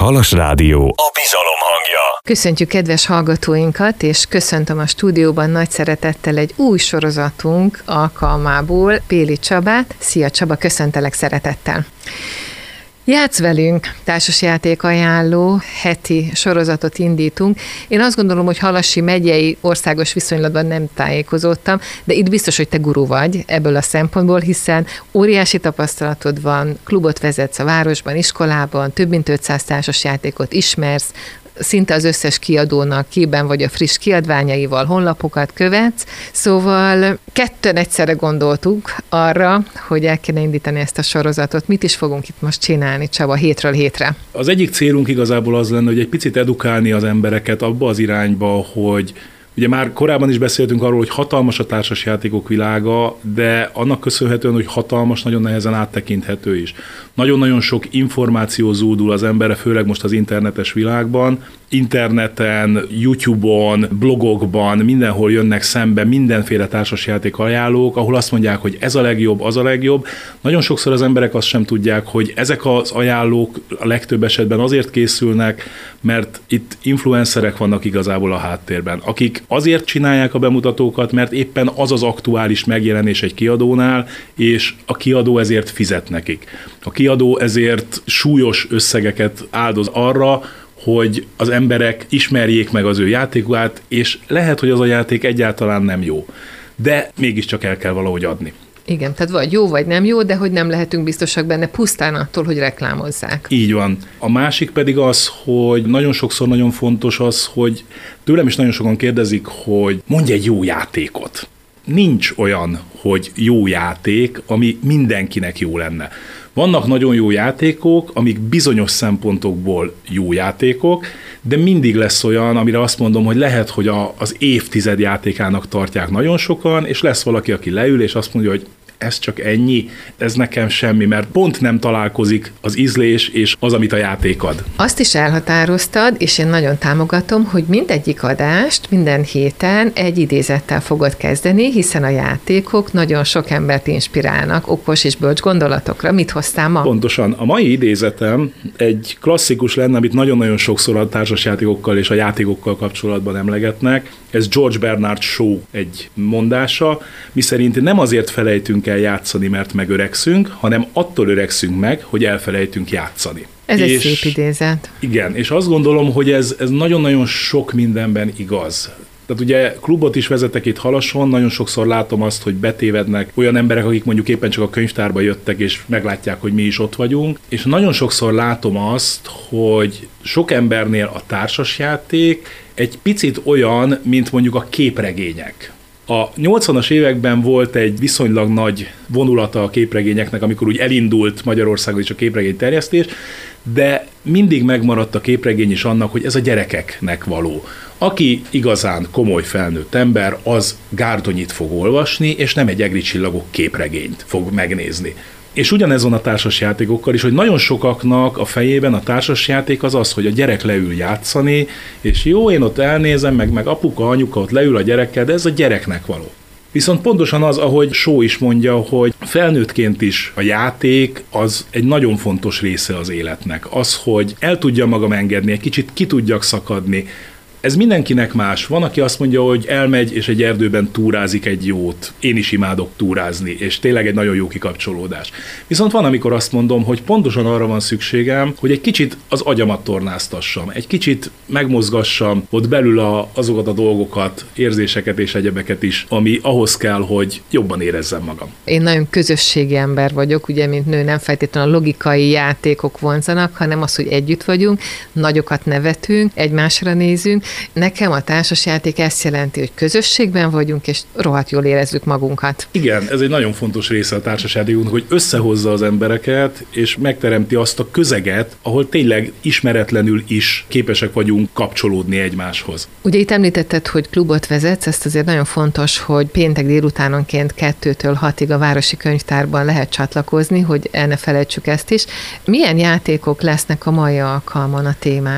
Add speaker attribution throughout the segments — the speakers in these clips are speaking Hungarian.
Speaker 1: Halas Rádió, a bizalom hangja.
Speaker 2: Köszöntjük kedves hallgatóinkat, és köszöntöm a stúdióban nagy szeretettel egy új sorozatunk alkalmából Péli Csabát. Szia Csaba, köszöntelek szeretettel. Játsz velünk, társasjáték ajánló, heti sorozatot indítunk. Én azt gondolom, hogy Halassi megyei országos viszonylatban nem tájékozódtam, de itt biztos, hogy te guru vagy ebből a szempontból, hiszen óriási tapasztalatod van, klubot vezetsz a városban, iskolában, több mint 500 társasjátékot ismersz, szinte az összes kiadónak képben vagy a friss kiadványaival, honlapokat követsz, szóval ketten egyszerre gondoltuk arra, hogy el kéne indítani ezt a sorozatot. Mit is fogunk itt most csinálni, Csaba, hétről hétre?
Speaker 3: Az egyik célunk igazából az lenne, hogy egy picit edukálni az embereket abba az irányba, hogy ugye már korábban is beszéltünk arról, hogy hatalmas a társasjátékok világa, de annak köszönhetően, hogy hatalmas, nagyon nehezen áttekinthető is. Nagyon-nagyon sok információ zúdul az emberre, főleg most az internetes világban. Interneten, YouTube-on, blogokban, mindenhol jönnek szembe mindenféle társasjáték ajánlók, ahol azt mondják, hogy ez a legjobb, az a legjobb. Nagyon sokszor az emberek azt sem tudják, hogy ezek az ajánlók a legtöbb esetben azért készülnek, mert itt influencerek vannak igazából a háttérben, akik azért csinálják a bemutatókat, mert éppen az az aktuális megjelenés egy kiadónál, és a kiadó ezért fizet nekik. A kiadó ezért súlyos összegeket áldoz arra, hogy az emberek ismerjék meg az ő játékát, és lehet, hogy az a játék egyáltalán nem jó. De mégiscsak el kell valahogy adni.
Speaker 2: Igen, tehát vagy jó, vagy nem jó, de hogy nem lehetünk biztosak benne pusztán attól, hogy reklámozzák.
Speaker 3: Így van. A másik pedig az, hogy nagyon sokszor nagyon fontos az, hogy tőlem is nagyon sokan kérdezik, hogy mondj egy jó játékot. Nincs olyan, hogy jó játék, ami mindenkinek jó lenne. Vannak nagyon jó játékok, amik bizonyos szempontokból jó játékok, de mindig lesz olyan, amire azt mondom, hogy lehet, hogy az évtized játékának tartják nagyon sokan, és lesz valaki, aki leül, és azt mondja, hogy ez csak ennyi, ez nekem semmi, mert pont nem találkozik az ízlés és az, amit a játék ad.
Speaker 2: Azt is elhatároztad, és én nagyon támogatom, hogy mindegyik adást minden héten egy idézettel fogod kezdeni, hiszen a játékok nagyon sok embert inspirálnak okos és bölcs gondolatokra. Mit hoztál ma?
Speaker 3: Pontosan. A mai idézetem egy klasszikus lenne, amit nagyon-nagyon sokszor a társasjátékokkal és a játékokkal kapcsolatban emlegetnek. Ez George Bernard Shaw egy mondása, miszerint nem azért felejtünk el játszani, mert megöregszünk, hanem attól öregszünk meg, hogy elfelejtünk játszani.
Speaker 2: Ez egy szép idézet.
Speaker 3: Igen, és azt gondolom, hogy ez nagyon-nagyon sok mindenben igaz. Tehát ugye klubot is vezetek itt Halason, nagyon sokszor látom azt, hogy betévednek olyan emberek, akik mondjuk éppen csak a könyvtárba jöttek, és meglátják, hogy mi is ott vagyunk, és nagyon sokszor látom azt, hogy sok embernél a társasjáték egy picit olyan, mint mondjuk a képregények. A 80-as években volt egy viszonylag nagy vonulata a képregényeknek, amikor úgy elindult Magyarországon is a képregény terjesztés, de mindig megmaradt a képregény is annak, hogy ez a gyerekeknek való. Aki igazán komoly felnőtt ember, az Gárdonyit fog olvasni, és nem egy Egri csillagok képregényt fog megnézni. És ugyanez van a társasjátékokkal is, hogy nagyon sokaknak a fejében a társasjáték az, hogy a gyerek leül játszani, és jó, én ott elnézem, meg apuka, anyuka ott leül a gyerekkel, de ez a gyereknek való. Viszont pontosan az, ahogy Shaw is mondja, hogy felnőttként is a játék az egy nagyon fontos része az életnek. Az, hogy el tudja magam engedni, egy kicsit ki tudjak szakadni. Ez mindenkinek más. Van, aki azt mondja, hogy elmegy és egy erdőben túrázik egy jót. Én is imádok túrázni, és tényleg egy nagyon jó kikapcsolódás. Viszont van, amikor azt mondom, hogy pontosan arra van szükségem, hogy egy kicsit az agyamat tornáztassam, egy kicsit megmozgassam ott belül azokat a dolgokat, érzéseket és egyebeket is, ami ahhoz kell, hogy jobban érezzem magam.
Speaker 2: Én nagyon közösségi ember vagyok, ugye, mint nő, nem feltétlenül a logikai játékok vonzanak, hanem az, hogy együtt vagyunk, nagyokat nevetünk, egymásra nézünk. Nekem a társasjáték ezt jelenti, hogy közösségben vagyunk, és rohadt jól érezzük magunkat.
Speaker 3: Igen, ez egy nagyon fontos része a társasjátékunknak, hogy összehozza az embereket, és megteremti azt a közeget, ahol tényleg ismeretlenül is képesek vagyunk kapcsolódni egymáshoz.
Speaker 2: Ugye itt említetted, hogy klubot vezetsz, ezt azért nagyon fontos, hogy péntek délutánonként 2-től 6-ig a Városi Könyvtárban lehet csatlakozni, hogy el ne felejtsük ezt is. Milyen játékok lesznek a mai alkalmon a témák?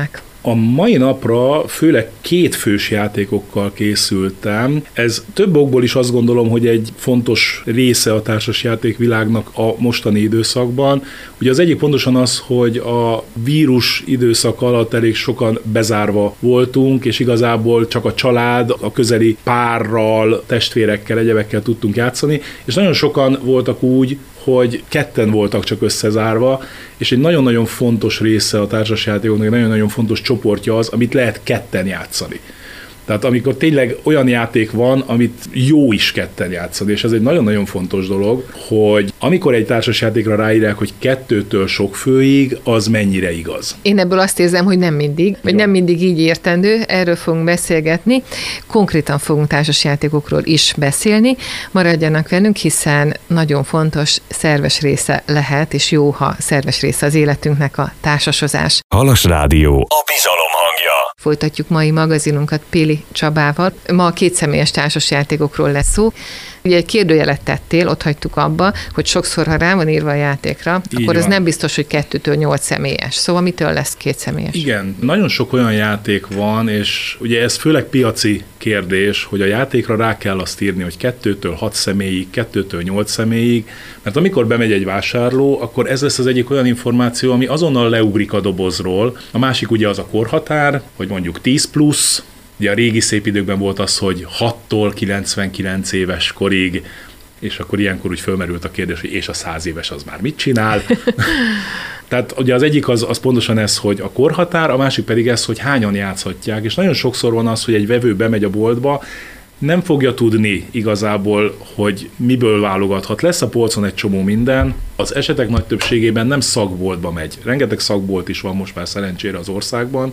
Speaker 3: A mai napra főleg kétfős játékokkal készültem. Ez több okból is azt gondolom, hogy egy fontos része a társasjáték világnak a mostani időszakban. Ugye az egyik pontosan az, hogy a vírus időszak alatt elég sokan bezárva voltunk, és igazából csak a család, a közeli párral, testvérekkel, egyebekkel tudtunk játszani, és nagyon sokan voltak úgy, hogy ketten voltak csak összezárva, és egy nagyon-nagyon fontos része a társasjátékoknak, egy nagyon-nagyon fontos csoportja az, amit lehet ketten játszani. Tehát amikor tényleg olyan játék van, amit jó is ketten játszani, és ez egy nagyon-nagyon fontos dolog, hogy amikor egy társasjátékra ráírják, hogy 2-től sok főig, az mennyire igaz.
Speaker 2: Én ebből azt érzem, hogy nem mindig, vagy nem mindig így értendő, erről fogunk beszélgetni. Konkrétan fogunk társasjátékokról is beszélni. Maradjanak velünk, hiszen nagyon fontos, szerves része lehet, és jó, ha szerves része az életünknek a társasozás.
Speaker 1: Halas Rádió, a bizalom hangja.
Speaker 2: Folytatjuk mai magazinunkat Péli Csabával. Ma a kétszemélyes társasjátékokról lesz szó. Ugye egy kérdőjelet tettél, ott hagytuk abba, hogy sokszor, ha rá van írva a játékra, így akkor az nem biztos, hogy 2-től 8 személyes. Szóval mitől lesz kétszemélyes?
Speaker 3: Igen, nagyon sok olyan játék van, és ugye ez főleg piaci kérdés, hogy a játékra rá kell azt írni, hogy 2-től 6 személyig, 2-től 8 személyig, mert amikor bemegy egy vásárló, akkor ez lesz az egyik olyan információ, ami azonnal leugrik a dobozról. A másik ugye az a korhatár, hogy mondjuk 10+, ugye a régi szép időkben volt az, hogy 6-tól 99 éves korig, és akkor ilyenkor úgy fölmerült a kérdés, hogy és a 100 éves az már mit csinál? Tehát ugye az egyik az pontosan ez, hogy a korhatár, a másik pedig ez, hogy hányan játszhatják, és nagyon sokszor van az, hogy egy vevő bemegy a boltba, nem fogja tudni igazából, hogy miből válogathat. Lesz a polcon egy csomó minden, az esetek nagy többségében nem szakboltba megy. Rengeteg szakbolt is van most már szerencsére az országban,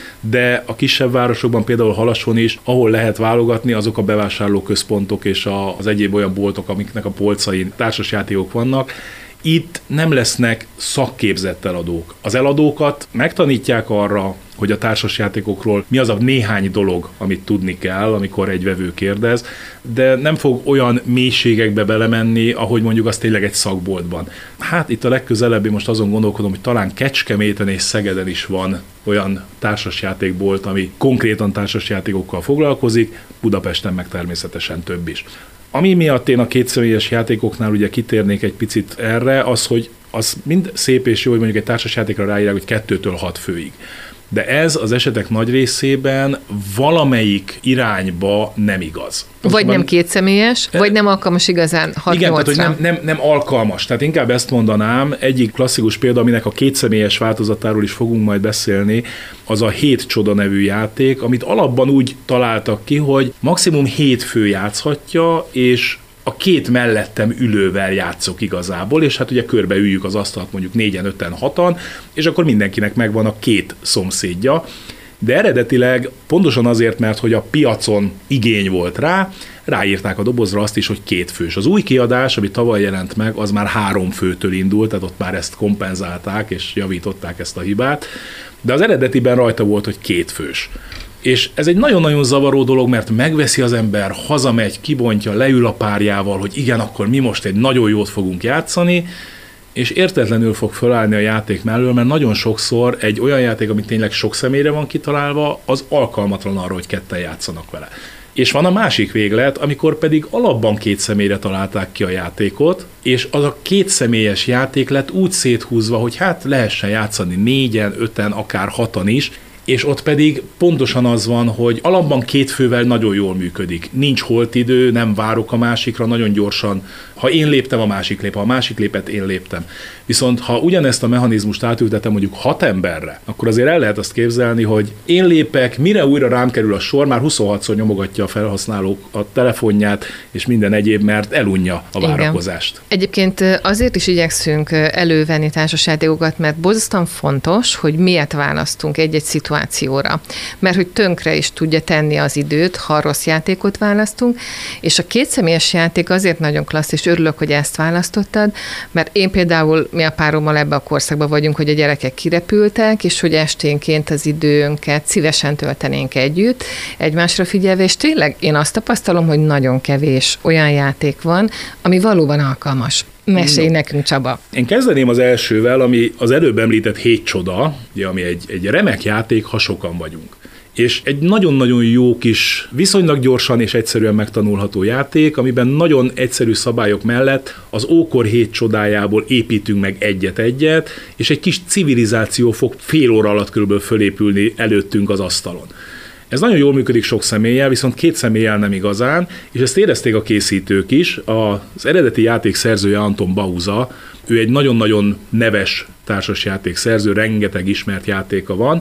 Speaker 3: de a kisebb városokban, például Halason is, ahol lehet válogatni, azok a bevásárlóközpontok és az egyéb olyan boltok, amiknek a polcain társasjátékok vannak. Itt nem lesznek szakképzett eladók. Az eladókat megtanítják arra, hogy a társasjátékokról mi az a néhány dolog, amit tudni kell, amikor egy vevő kérdez, de nem fog olyan mélységekbe belemenni, ahogy mondjuk az tényleg egy szakboltban. Hát itt a legközelebbi, most azon gondolkodom, hogy talán Kecskeméten és Szegeden is van olyan társasjátékbolt, ami konkrétan társasjátékokkal foglalkozik, Budapesten meg természetesen több is. Ami miatt én a kétszemélyes játékoknál ugye kitérnék egy picit erre, az, hogy az mind szép és jó, hogy mondjuk egy társasjátékra ráírják, hogy 2-től 6 főig. De ez az esetek nagy részében valamelyik irányba nem igaz.
Speaker 2: Vagy nem kétszemélyes, vagy nem alkalmas igazán 6-8-ra.
Speaker 3: Igen, tehát hogy nem alkalmas. Tehát inkább ezt mondanám, egyik klasszikus példa, aminek a kétszemélyes változatáról is fogunk majd beszélni, az a 7 csoda nevű játék, amit alapban úgy találtak ki, hogy maximum 7 fő játszhatja, és a 2 mellettem ülővel játszok igazából, és hát ugye körbeüljük az asztalt mondjuk 4-en, 5-en, 6-an, és akkor mindenkinek megvan a 2 szomszédja. De eredetileg pontosan azért, mert hogy a piacon igény volt rá, ráírták a dobozra azt is, hogy 2 fős. Az új kiadás, ami tavaly jelent meg, az már 3 főtől indult, tehát ott már ezt kompenzálták, és javították ezt a hibát, de az eredetiben rajta volt, hogy 2 fős. És ez egy nagyon-nagyon zavaró dolog, mert megveszi az ember, hazamegy, kibontja, leül a párjával, hogy igen, akkor mi most egy nagyon jót fogunk játszani, és értetlenül fog felállni a játék mellől, mert nagyon sokszor egy olyan játék, ami tényleg sok személyre van kitalálva, az alkalmatlan arra, hogy ketten játszanak vele. És van a másik véglet, amikor pedig alapban 2 személyre találták ki a játékot, és az a 2 személyes játék lett úgy széthúzva, hogy hát lehessen játszani 4-en, 5-en, akár 6-an is, és ott pedig pontosan az van, hogy alapban 2 fővel nagyon jól működik. Nincs holtidő, nem várok a másikra, nagyon gyorsan. Ha én léptem, a másik lép, ha a másik lépett, én léptem. Viszont ha ugyanezt a mechanizmust átültetem mondjuk 6 emberre, akkor azért el lehet azt képzelni, hogy én lépek, mire újra rám kerül a sor, már 26-szor nyomogatja a felhasználó a telefonját, és minden egyéb, mert elunja a várakozást. Igen.
Speaker 2: Egyébként azért is igyekszünk elővenni társasjátékokat, mert borzasztóan fontos, hogy miért választunk egy-egy szituációra. Mert hogy tönkre is tudja tenni az időt, ha rossz játékot választunk, és a kétszemélyes játék azért nagyon klassz, és örülök, hogy ezt választottad, mert én például, mi a párommal ebbe a korszakban vagyunk, hogy a gyerekek kirepültek, és hogy esténként az időnket szívesen töltenénk együtt, egymásra figyelve, és tényleg én azt tapasztalom, hogy nagyon kevés olyan játék van, ami valóban alkalmas. Mesélj nekünk, Csaba.
Speaker 3: Én kezdeném az elsővel, ami az előbb említett 7 csoda, ugye, ami egy remek játék, ha sokan vagyunk. És egy nagyon-nagyon jó kis, viszonylag gyorsan és egyszerűen megtanulható játék, amiben nagyon egyszerű szabályok mellett az ókor 7 csodájából építünk meg egyet-egyet, és egy kis civilizáció fog fél óra alatt körülbelül fölépülni előttünk az asztalon. Ez nagyon jól működik sok személlyel, viszont 2 személlyel nem igazán, és ezt érezték a készítők is. Az eredeti játék szerzője Anton Bauza, ő egy nagyon-nagyon neves társasjáték szerző, rengeteg ismert játéka van,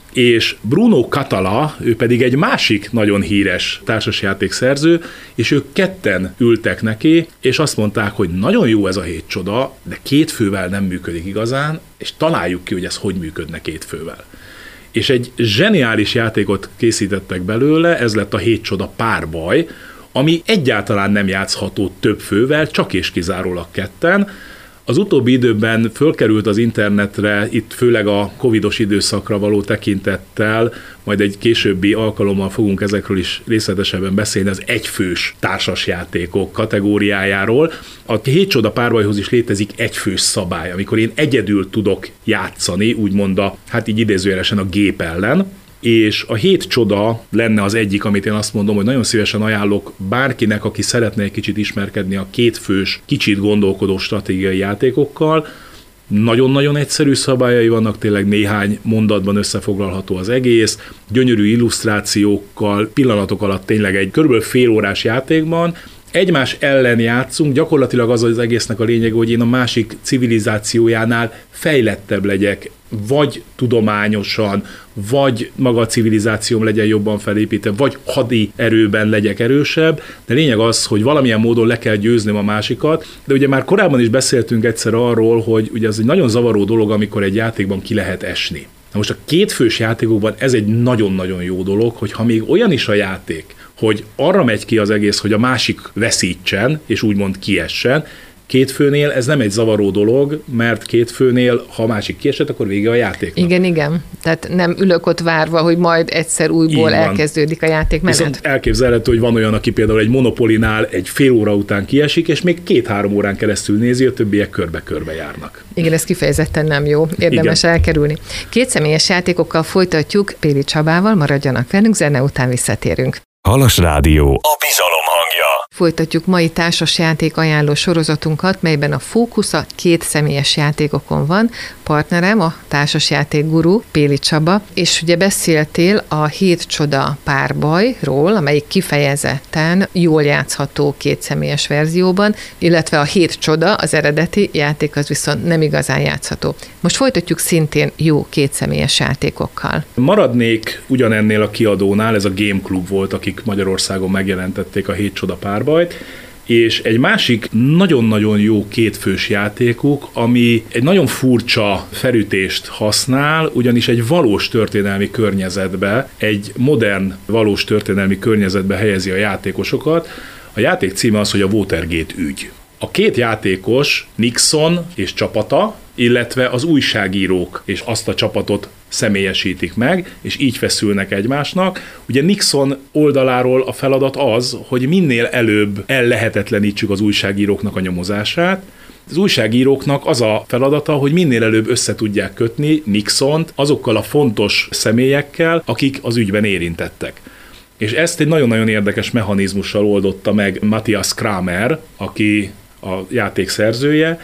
Speaker 3: és Bruno Catala, ő pedig egy másik nagyon híres társasjáték szerző, és ők ketten ültek neki, és azt mondták, hogy nagyon jó ez a 7 csoda, de 2 fővel nem működik igazán, és találjuk ki, hogy ez hogy működne 2 fővel. És egy zseniális játékot készítettek belőle, ez lett a 7 csoda párbaj, ami egyáltalán nem játszható több fővel, csak és kizárólag ketten. Az utóbbi időben fölkerült az internetre, itt főleg a covidos időszakra való tekintettel, majd egy későbbi alkalommal fogunk ezekről is részletesebben beszélni, az egyfős társasjátékok kategóriájáról. A 7 csoda párbajhoz is létezik egyfős szabály, amikor én egyedül tudok játszani, úgymond hát így idézőjelesen a gép ellen, és a 7 csoda lenne az egyik, amit én azt mondom, hogy nagyon szívesen ajánlok bárkinek, aki szeretne egy kicsit ismerkedni a 2 fős, kicsit gondolkodó stratégiai játékokkal. Nagyon-nagyon egyszerű szabályai vannak, tényleg néhány mondatban összefoglalható az egész, gyönyörű illusztrációkkal, pillanatok alatt tényleg egy körülbelül fél órás játékban, egymás ellen játszunk, gyakorlatilag az egésznek a lényeg, hogy én a másik civilizációjánál fejlettebb legyek, vagy tudományosan, vagy maga a civilizációm legyen jobban felépítve, vagy hadi erőben legyek erősebb, de lényeg az, hogy valamilyen módon le kell győznöm a másikat, de ugye már korábban is beszéltünk egyszer arról, hogy ugye ez egy nagyon zavaró dolog, amikor egy játékban ki lehet esni. Na most a 2 fős játékokban ez egy nagyon-nagyon jó dolog, hogy ha még olyan is a játék, hogy arra megy ki az egész, hogy a másik veszítsen, és úgymond kiessen, 2 főnél ez nem egy zavaró dolog, mert 2 főnél, ha a másik kiesett, akkor vége a játéknak.
Speaker 2: Igen. Tehát nem ülök ott várva, hogy majd egyszer újból elkezdődik a játékmenet.
Speaker 3: Viszont elképzelhető, hogy van olyan, aki például egy Monopolinál egy fél óra után kiesik, és még 2-3 órán keresztül nézi, a többiek körbe-körbe járnak.
Speaker 2: Igen, ez kifejezetten nem jó, érdemes elkerülni. 2 személyes játékokkal folytatjuk Péli Csabával, maradjanak velünk, zene után visszatérünk.
Speaker 1: Halas Rádió, a bizalom hangja.
Speaker 2: Folytatjuk mai társasjáték ajánló sorozatunkat, melyben a fókusz a 2 személyes játékokon van. Partnerem a társasjáték guru, Péli Csaba, és ugye beszéltél a 7 csoda párbajról, amelyik kifejezetten jól játszható 2 személyes verzióban, illetve a 7 csoda, az eredeti játék, az viszont nem igazán játszható. Most folytatjuk szintén jó 2 személyes játékokkal.
Speaker 3: Maradnék ugyanennél a kiadónál, ez a Game Club volt, akik Magyarországon megjelentették a 7 csoda párbajt, és egy másik nagyon-nagyon jó 2 fős játékuk, ami egy nagyon furcsa felütést használ, ugyanis egy valós történelmi környezetbe, egy modern valós történelmi környezetbe helyezi a játékosokat. A játék címe az, hogy a Watergate ügy. A 2 játékos, Nixon és csapata, illetve az újságírók és azt a csapatot személyesítik meg, és így feszülnek egymásnak. Ugye Nixon oldaláról a feladat az, hogy minél előbb ellehetetlenítsük az újságíróknak a nyomozását. Az újságíróknak az a feladata, hogy minél előbb összetudják kötni Nixont azokkal a fontos személyekkel, akik az ügyben érintettek. És ezt egy nagyon-nagyon érdekes mechanizmussal oldotta meg Matthias Kramer, aki a játék szerzője,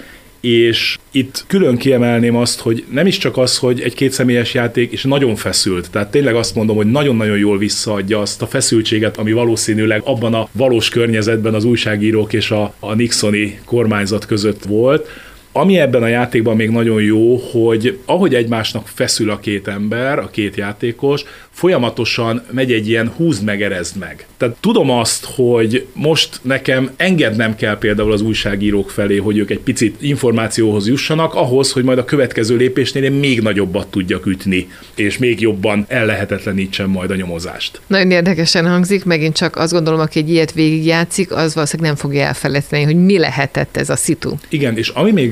Speaker 3: és itt külön kiemelném azt, hogy nem is csak az, hogy egy 2 személyes játék, és nagyon feszült, tehát tényleg azt mondom, hogy nagyon-nagyon jól visszaadja azt a feszültséget, ami valószínűleg abban a valós környezetben az újságírók és a Nixoni kormányzat között volt. Ami ebben a játékban még nagyon jó, hogy ahogy egymásnak feszül a 2 ember, a 2 játékos, folyamatosan megy egy ilyen húzd meg, erezd meg. Tehát tudom azt, hogy most nekem engednem kell például az újságírók felé, hogy ők egy picit információhoz jussanak, ahhoz, hogy majd a következő lépésnél én még nagyobbat tudjak ütni, és még jobban ellehetetlenítsem majd a nyomozást.
Speaker 2: Nagyon érdekesen hangzik, megint csak azt gondolom, aki egy ilyet végigjátszik, az valószínűleg nem fogja elfelejteni, hogy mi lehetett ez a szitu.
Speaker 3: Igen, és ami még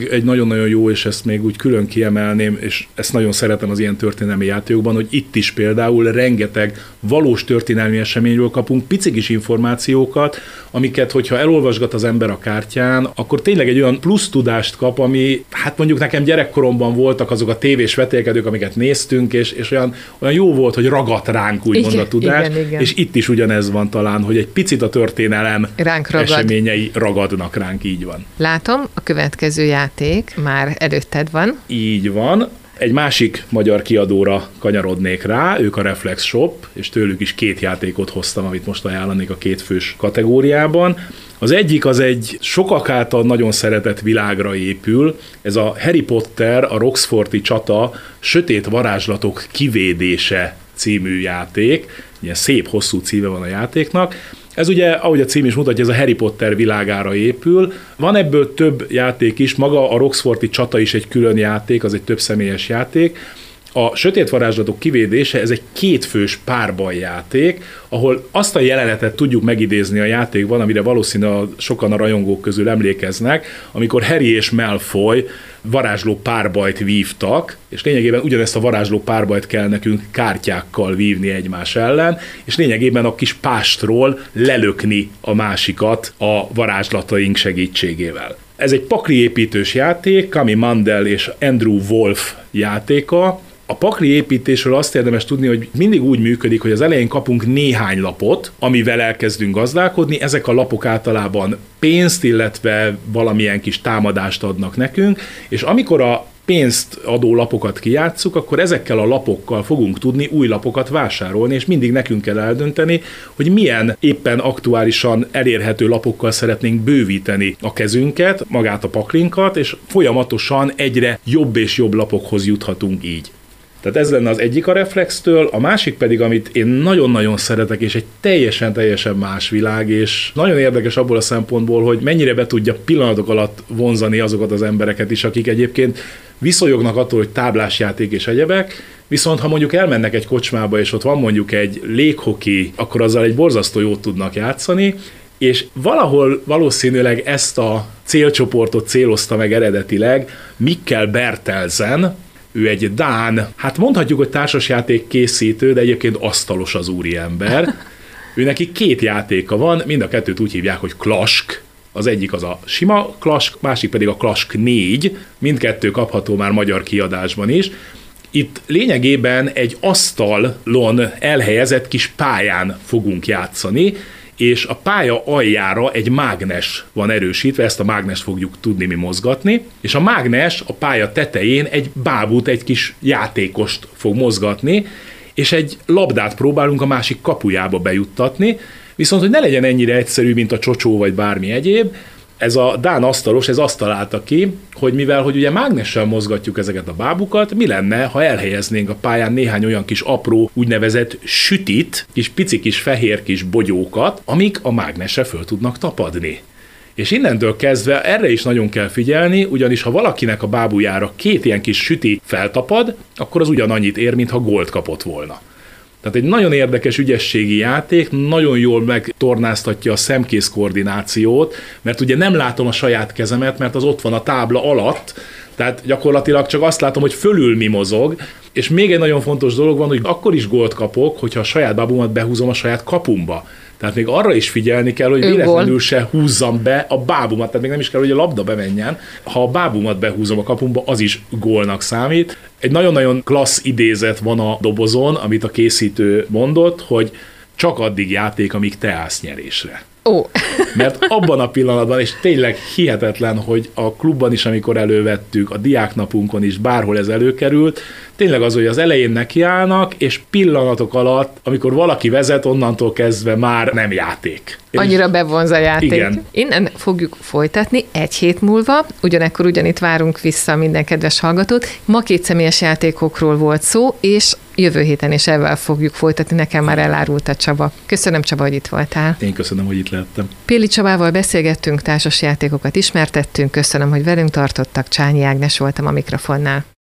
Speaker 3: egy nagyon-nagyon jó, és ezt még úgy külön kiemelném, és ezt nagyon szeretem az ilyen történelmi játékokban, hogy itt is például rengeteg valós történelmi eseményről kapunk pici kis információkat, amiket, hogyha elolvasgat az ember a kártyán, akkor tényleg egy olyan plusz tudást kap, ami, hát mondjuk nekem gyerekkoromban voltak azok a tévés vetélkedők, amiket néztünk, és olyan jó volt, hogy ragadt ránk úgymond a tudás, igen. És itt is ugyanez van talán, hogy egy picit a történelem eseményei ragadnak ránk, így van.
Speaker 2: Látom, a következő játék már előtted van.
Speaker 3: Így van. Egy másik magyar kiadóra kanyarodnék rá, ők a Reflex Shop, és tőlük is 2 játékot hoztam, amit most ajánlanék a 2 fős kategóriában. Az egyik az egy sokak által nagyon szeretett világra épül, ez a Harry Potter, a Roxforti csata, sötét varázslatok kivédése című játék. Ilyen szép, hosszú címe van a játéknak. Ez ugye, ahogy a cím is mutatja, ez a Harry Potter világára épül. Van ebből több játék is, maga a Roxforti csata is egy külön játék, az egy több személyes játék. A sötét varázslatok kivédése, ez egy 2 fős párbaj játék, ahol azt a jelenetet tudjuk megidézni a játékban, amire valószínűleg sokan a rajongók közül emlékeznek, amikor Harry és Malfoy varázsló párbajt vívtak, és lényegében ugyanezt a varázsló párbajt kell nekünk kártyákkal vívni egymás ellen, és lényegében a kis pástról lelökni a másikat a varázslataink segítségével. Ez egy pakliépítős játék, Kami Mandel és Andrew Wolf játéka. A pakli építésről azt érdemes tudni, hogy mindig úgy működik, hogy az elején kapunk néhány lapot, amivel elkezdünk gazdálkodni, ezek a lapok általában pénzt, illetve valamilyen kis támadást adnak nekünk, és amikor a pénzt adó lapokat kijátsszuk, akkor ezekkel a lapokkal fogunk tudni új lapokat vásárolni, és mindig nekünk kell eldönteni, hogy milyen éppen aktuálisan elérhető lapokkal szeretnénk bővíteni a kezünket, magát a paklinkat, és folyamatosan egyre jobb és jobb lapokhoz juthatunk így. Tehát ez lenne az egyik a Reflextől, a másik pedig, amit én nagyon-nagyon szeretek, és egy teljesen más világ, és nagyon érdekes abból a szempontból, hogy mennyire be tudja pillanatok alatt vonzani azokat az embereket is, akik egyébként viszonyognak attól, hogy táblásjáték és egyebek, viszont ha mondjuk elmennek egy kocsmába, és ott van mondjuk egy léghoki, akkor azzal egy borzasztó jót tudnak játszani, és valahol valószínűleg ezt a célcsoportot célozta meg eredetileg Mikkel Bertelsen. Ő egy dán, hát mondhatjuk, hogy társasjáték készítő, de egyébként asztalos az úriember. Ő neki 2 játéka van, mind a 2-t úgy hívják, hogy Klask. Az egyik az a sima Klask, másik pedig a Klask 4, mindkettő kapható már magyar kiadásban is. Itt lényegében egy asztalon elhelyezett kis pályán fogunk játszani, és a pálya aljára egy mágnes van erősítve, ezt a mágnest fogjuk tudni mi mozgatni, és a mágnes a pálya tetején egy bábút, egy kis játékost fog mozgatni, és egy labdát próbálunk a másik kapujába bejuttatni, viszont hogy ne legyen ennyire egyszerű, mint a csocsó vagy bármi egyéb, ez a dán asztalos, ez azt találta ki, hogy mivel, hogy ugye mágnessel mozgatjuk ezeket a bábukat, mi lenne, ha elhelyeznénk a pályán néhány olyan kis apró, úgynevezett sütit, kis pici kis fehér kis bogyókat, amik a mágnesre föl tudnak tapadni. És innentől kezdve erre is nagyon kell figyelni, ugyanis ha valakinek a bábújára 2 ilyen kis süti feltapad, akkor az ugyanannyit ér, mintha gólt kapott volna. Tehát egy nagyon érdekes ügyességi játék, nagyon jól megtornáztatja a szemkész koordinációt, mert ugye nem látom a saját kezemet, mert az ott van a tábla alatt, tehát gyakorlatilag csak azt látom, hogy fölül mi mozog, és még egy nagyon fontos dolog van, hogy akkor is gólt kapok, hogyha a saját bábumat behúzom a saját kapumba. Tehát még arra is figyelni kell, hogy véletlenül se húzzam be a bábumat, tehát még nem is kell, hogy a labda bemenjen. Ha a bábumat behúzom a kapumba, az is gólnak számít. Egy nagyon-nagyon klassz idézet van a dobozon, amit a készítő mondott, hogy csak addig játék, amíg te állsz nyerésre. Mert abban a pillanatban, és tényleg hihetetlen, hogy a klubban is, amikor elővettük, a diáknapunkon is, bárhol ez előkerült, tényleg az, hogy az elején nekiállnak, és pillanatok alatt, amikor valaki vezet, onnantól kezdve már nem játék.
Speaker 2: Annyira bevonz a játék.
Speaker 3: Igen.
Speaker 2: Innen fogjuk folytatni 1 hét múlva, ugyanekkor ugyanitt várunk vissza minden kedves hallgatót. Ma 2 személyes játékokról volt szó, és jövő héten is ezzel fogjuk folytatni, nekem már elárult a Csaba. Köszönöm, Csaba, hogy itt voltál.
Speaker 3: Én köszönöm, hogy itt lehettem.
Speaker 2: Péli Csabával beszélgettünk, társasjátékokat ismertettünk, köszönöm, hogy velünk tartottak, Csányi Ágnes voltam a mikrofonnál.